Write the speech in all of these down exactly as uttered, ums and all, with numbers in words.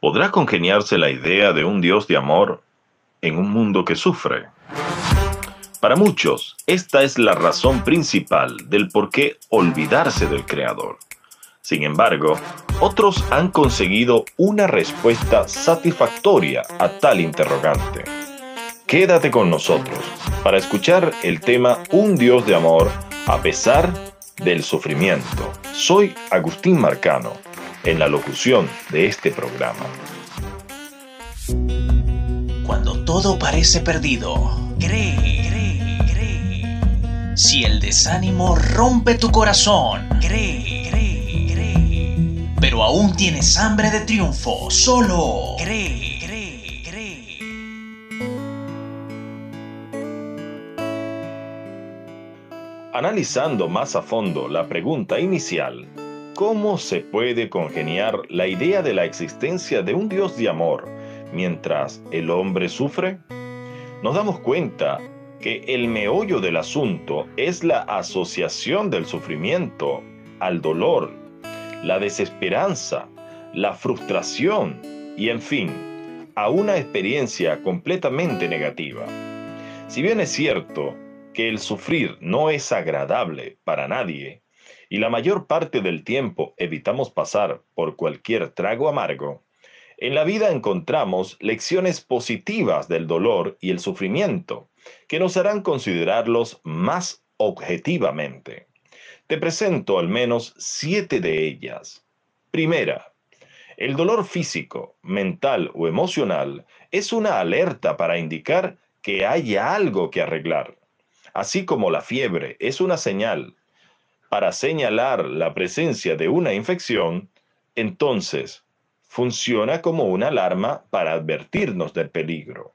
¿Podrá congeniarse la idea de un Dios de amor en un mundo que sufre? Para muchos, esta es la razón principal del por qué olvidarse del Creador. Sin embargo, otros han conseguido una respuesta satisfactoria a tal interrogante. Quédate con nosotros para escuchar el tema Un Dios de amor a pesar del sufrimiento. Soy Agustín Marcano, en la locución de este programa. Cuando todo parece perdido, cree, cree, cree. Si el desánimo rompe tu corazón, cree, cree, cree. Pero aún tienes hambre de triunfo, solo cree, cree, cree. Analizando más a fondo la pregunta inicial, ¿cómo se puede congeniar la idea de la existencia de un Dios de amor mientras el hombre sufre? Nos damos cuenta que el meollo del asunto es la asociación del sufrimiento al dolor, la desesperanza, la frustración y, en fin, a una experiencia completamente negativa. Si bien es cierto que el sufrir no es agradable para nadie, y la mayor parte del tiempo evitamos pasar por cualquier trago amargo, en la vida encontramos lecciones positivas del dolor y el sufrimiento que nos harán considerarlos más objetivamente. Te presento al menos siete de ellas. Primera, el dolor físico, mental o emocional es una alerta para indicar que hay algo que arreglar, así como la fiebre es una señal para señalar la presencia de una infección. Entonces funciona como una alarma para advertirnos del peligro.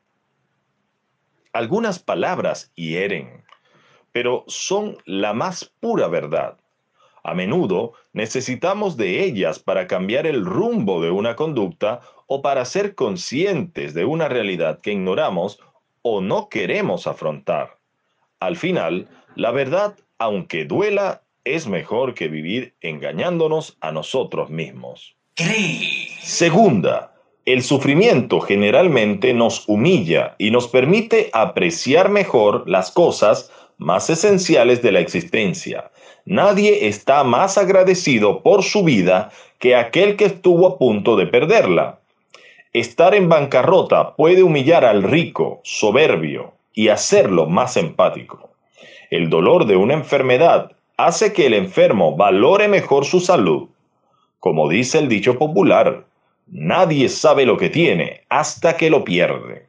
Algunas palabras hieren, pero son la más pura verdad. A menudo necesitamos de ellas para cambiar el rumbo de una conducta o para ser conscientes de una realidad que ignoramos o no queremos afrontar. Al final, la verdad, aunque duela, es mejor que vivir engañándonos a nosotros mismos. Cree. Segunda, el sufrimiento generalmente nos humilla y nos permite apreciar mejor las cosas más esenciales de la existencia. Nadie está más agradecido por su vida que aquel que estuvo a punto de perderla. Estar en bancarrota puede humillar al rico, soberbio, y hacerlo más empático. El dolor de una enfermedad hace que el enfermo valore mejor su salud. Como dice el dicho popular, nadie sabe lo que tiene hasta que lo pierde.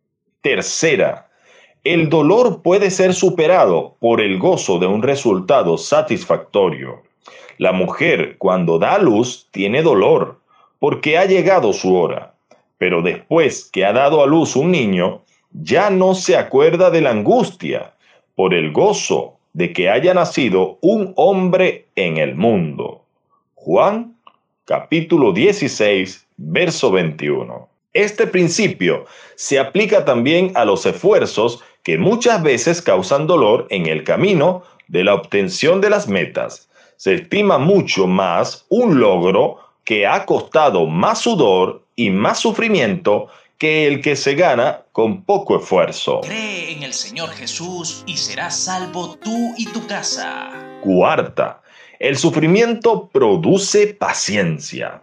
Tercera, el dolor puede ser superado por el gozo de un resultado satisfactorio. La mujer, cuando da a luz, tiene dolor porque ha llegado su hora, pero después que ha dado a luz un niño, ya no se acuerda de la angustia por el gozo de que haya nacido un hombre en el mundo. Juan, capítulo dieciséis, verso veintiuno. Este principio se aplica también a los esfuerzos que muchas veces causan dolor en el camino de la obtención de las metas. Se estima mucho más un logro que ha costado más sudor y más sufrimiento que el que se gana con poco esfuerzo. Cree en el Señor Jesús y serás salvo tú y tu casa. Cuarta, el sufrimiento produce paciencia.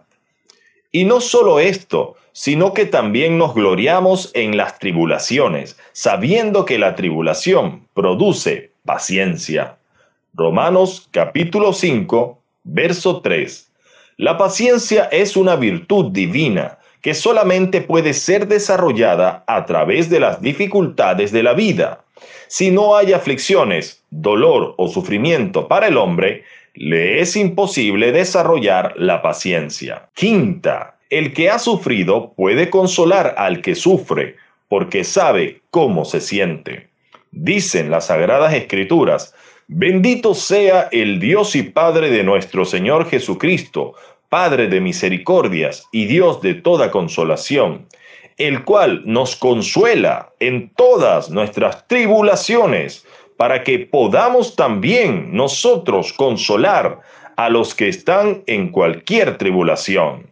Y no solo esto, sino que también nos gloriamos en las tribulaciones, sabiendo que la tribulación produce paciencia. Romanos capítulo cinco, verso tres. La paciencia es una virtud divina que solamente puede ser desarrollada a través de las dificultades de la vida. Si no hay aflicciones, dolor o sufrimiento para el hombre, le es imposible desarrollar la paciencia. Quinta, el que ha sufrido puede consolar al que sufre, porque sabe cómo se siente. Dicen las Sagradas Escrituras: bendito sea el Dios y Padre de nuestro Señor Jesucristo, Padre de misericordias y Dios de toda consolación, el cual nos consuela en todas nuestras tribulaciones, para que podamos también nosotros consolar a los que están en cualquier tribulación,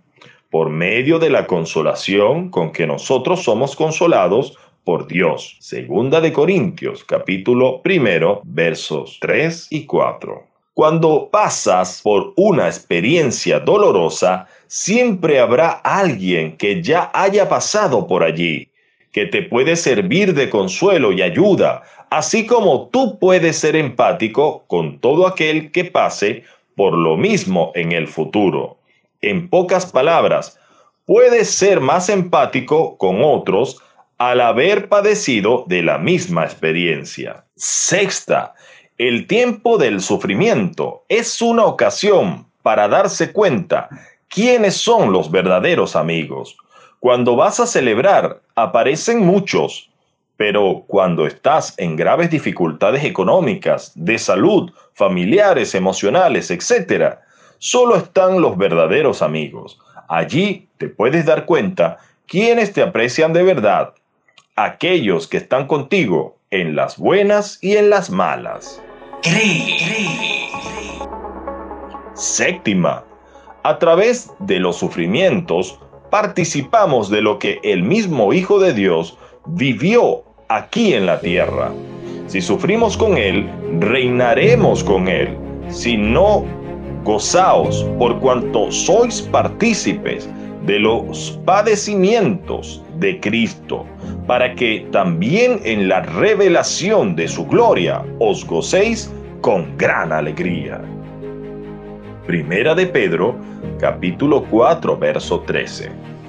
por medio de la consolación con que nosotros somos consolados por Dios. Segunda de Corintios, capítulo primero, versos tres y cuatro. Cuando pasas por una experiencia dolorosa, siempre habrá alguien que ya haya pasado por allí, que te puede servir de consuelo y ayuda, así como tú puedes ser empático con todo aquel que pase por lo mismo en el futuro. En pocas palabras, puedes ser más empático con otros al haber padecido de la misma experiencia. Sexta, el tiempo del sufrimiento es una ocasión para darse cuenta quiénes son los verdaderos amigos. Cuando vas a celebrar, aparecen muchos, pero cuando estás en graves dificultades económicas, de salud, familiares, emocionales, etcétera, solo están los verdaderos amigos. Allí te puedes dar cuenta quiénes te aprecian de verdad, aquellos que están contigo en las buenas y en las malas. Cree, cree, cree. Séptima, a través de los sufrimientos participamos de lo que el mismo Hijo de Dios vivió aquí en la tierra. Si sufrimos con Él, reinaremos con Él. Si no, gozaos por cuanto sois partícipes de los padecimientos de Cristo, para que también en la revelación de su gloria os gocéis con gran alegría. Primera de Pedro, capítulo cuatro, verso trece.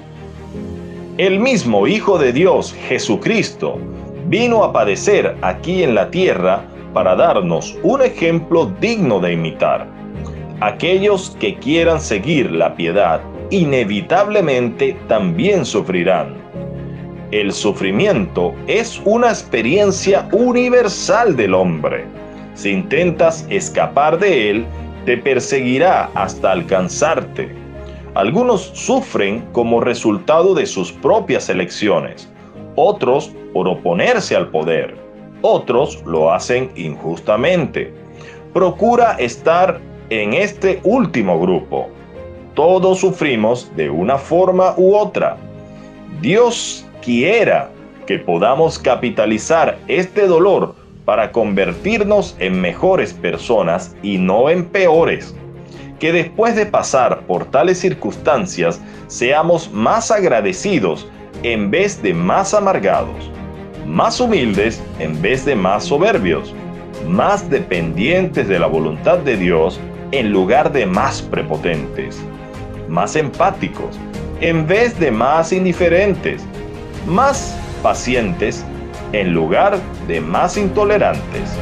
El mismo Hijo de Dios, Jesucristo, vino a padecer aquí en la tierra para darnos un ejemplo digno de imitar. Aquellos que quieran seguir la piedad, inevitablemente también sufrirán. El sufrimiento es una experiencia universal del hombre. Si intentas escapar de él, te perseguirá hasta alcanzarte. Algunos sufren como resultado de sus propias elecciones, otros por oponerse al poder, otros lo hacen injustamente. Procura estar en este último grupo. Todos sufrimos de una forma u otra. Dios quiera que podamos capitalizar este dolor para convertirnos en mejores personas y no en peores. Que después de pasar por tales circunstancias seamos más agradecidos en vez de más amargados, más humildes en vez de más soberbios, más dependientes de la voluntad de Dios en lugar de más prepotentes, más empáticos en vez de más indiferentes, más pacientes en lugar de más intolerantes.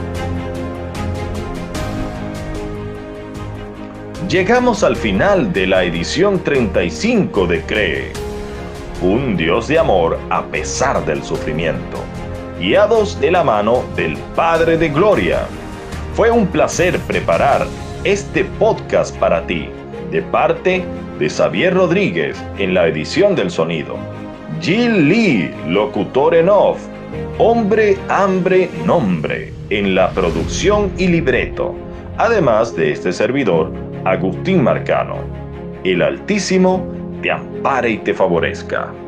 Llegamos al final de la edición treinta y cinco de Cree, un Dios de amor a pesar del sufrimiento, guiados de la mano del Padre de Gloria. Fue un placer preparar este podcast para ti, de parte de Xavier Rodríguez en la edición del sonido, Jill Lee, locutor en off, Hombre, Hambre, Nombre en la producción y libreto, además de este servidor, Agustín Marcano. El Altísimo te ampare y te favorezca.